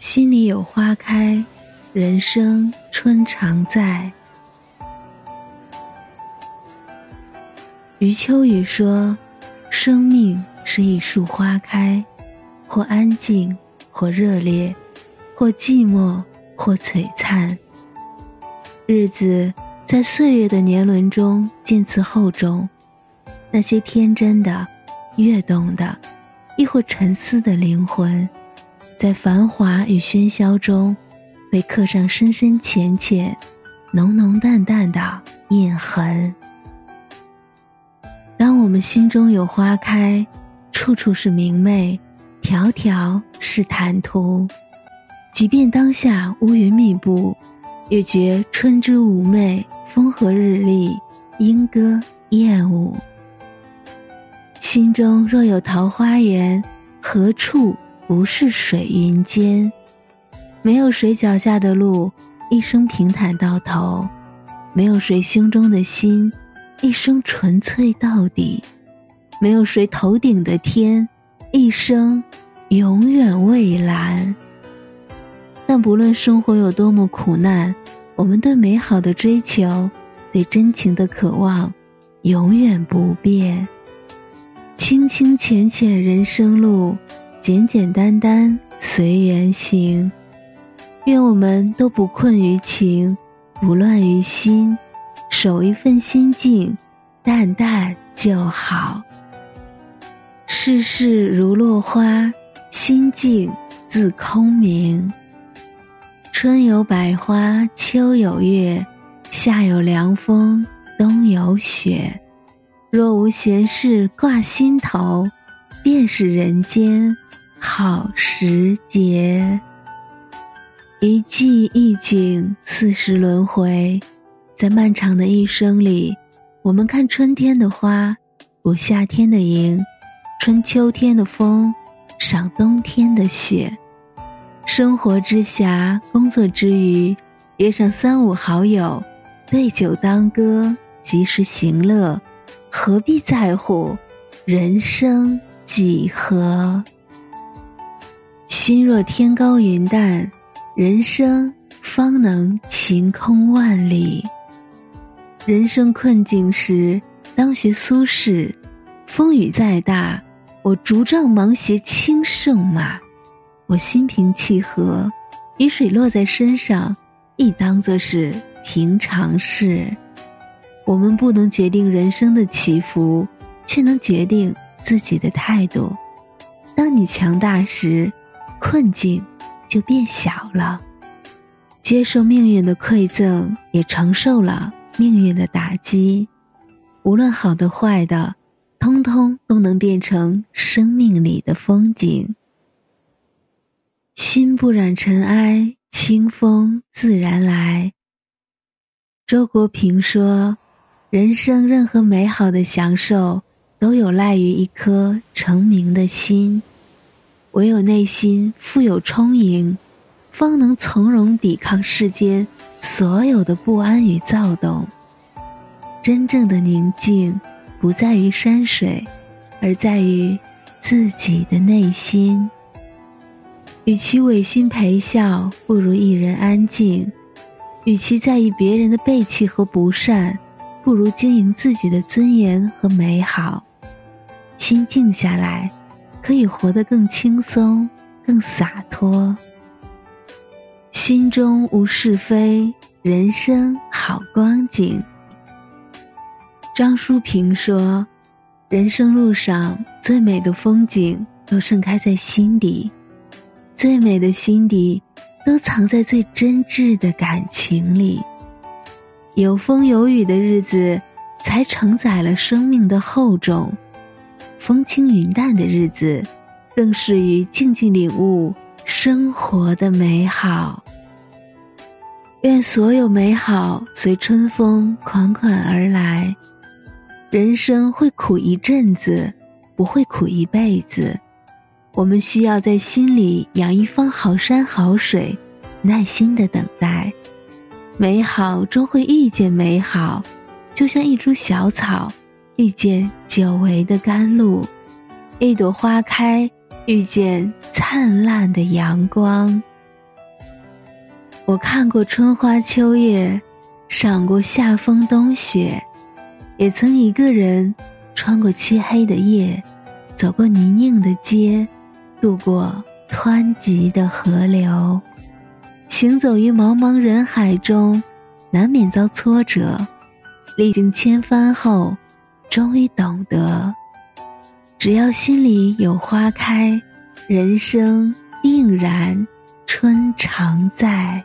心里有花开，人生春常在。余秋雨说，生命是一束花开，或安静，或热烈，或寂寞，或璀璨。日子在岁月的年轮中渐次厚重，那些天真的、跃动的，亦或沉思的灵魂，在繁华与喧嚣中被刻上深深浅浅、浓浓淡淡的印痕。当我们心中有花开，处处是明媚，条条是坦途。即便当下乌云密布，也觉春之妩媚，风和日丽，莺歌燕舞。心中若有桃花源，何处不是水云间？没有谁脚下的路一生平坦到头，没有谁胸中的心一生纯粹到底，没有谁头顶的天一生永远蔚蓝。但不论生活有多么苦难，我们对美好的追求，对真情的渴望，永远不变。清清浅浅人生路，简简单单随缘行。愿我们都不困于情，不乱于心，守一份心境，淡淡就好。世事如落花，心境自空明。春有百花，秋有月，夏有凉风，冬有雪。若无闲事挂心头，便是人间好时节。一季一景，四时轮回。在漫长的一生里，我们看春天的花，捕夏天的萤，春秋天的风，赏冬天的雪。生活之暇，工作之余，约上三五好友，对酒当歌，及时行乐，何必在乎人生几何？心若天高云淡，人生方能晴空万里。人生困境时，当学苏轼，风雨再大，我竹杖芒鞋轻胜马。我心平气和，雨水落在身上，亦当作是平常事。我们不能决定人生的起伏，却能决定自己的态度。当你强大时，困境就变小了。接受命运的馈赠，也承受了命运的打击。无论好的坏的，通通都能变成生命里的风景。心不染尘埃，清风自然来。周国平说，人生任何美好的享受，都有赖于一颗澄明的心。唯有内心富有充盈，方能从容抵抗世间所有的不安与躁动。真正的宁静，不在于山水，而在于自己的内心。与其违心陪笑，不如一人安静。与其在意别人的背弃和不善，不如经营自己的尊严和美好。心静下来，可以活得更轻松，更洒脱。心中无是非，人生好光景。张淑平说，人生路上最美的风景都盛开在心底，最美的心底都藏在最真挚的感情里。有风有雨的日子，才承载了生命的厚重。风轻云淡的日子，更适于静静领悟生活的美好。愿所有美好随春风款款而来。人生会苦一阵子，不会苦一辈子。我们需要在心里养一方好山好水，耐心地等待。美好终会遇见美好，就像一株小草遇见久违的甘露，一朵花开遇见灿烂的阳光。 我看过春花秋月，赏过夏风冬雪，也曾一个人穿过漆黑的夜，走过泥泞的街，渡过湍急的河流。行走于茫茫人海中，难免遭挫折，历经千帆后，终于懂得，只要心里有花开，人生定然春常在。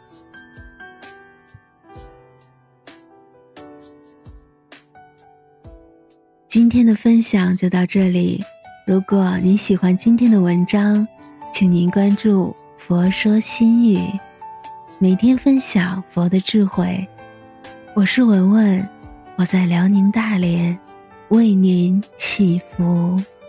今天的分享就到这里，如果您喜欢今天的文章，请您关注佛说心语，每天分享佛的智慧。我是文文，我在辽宁大连为您祈福。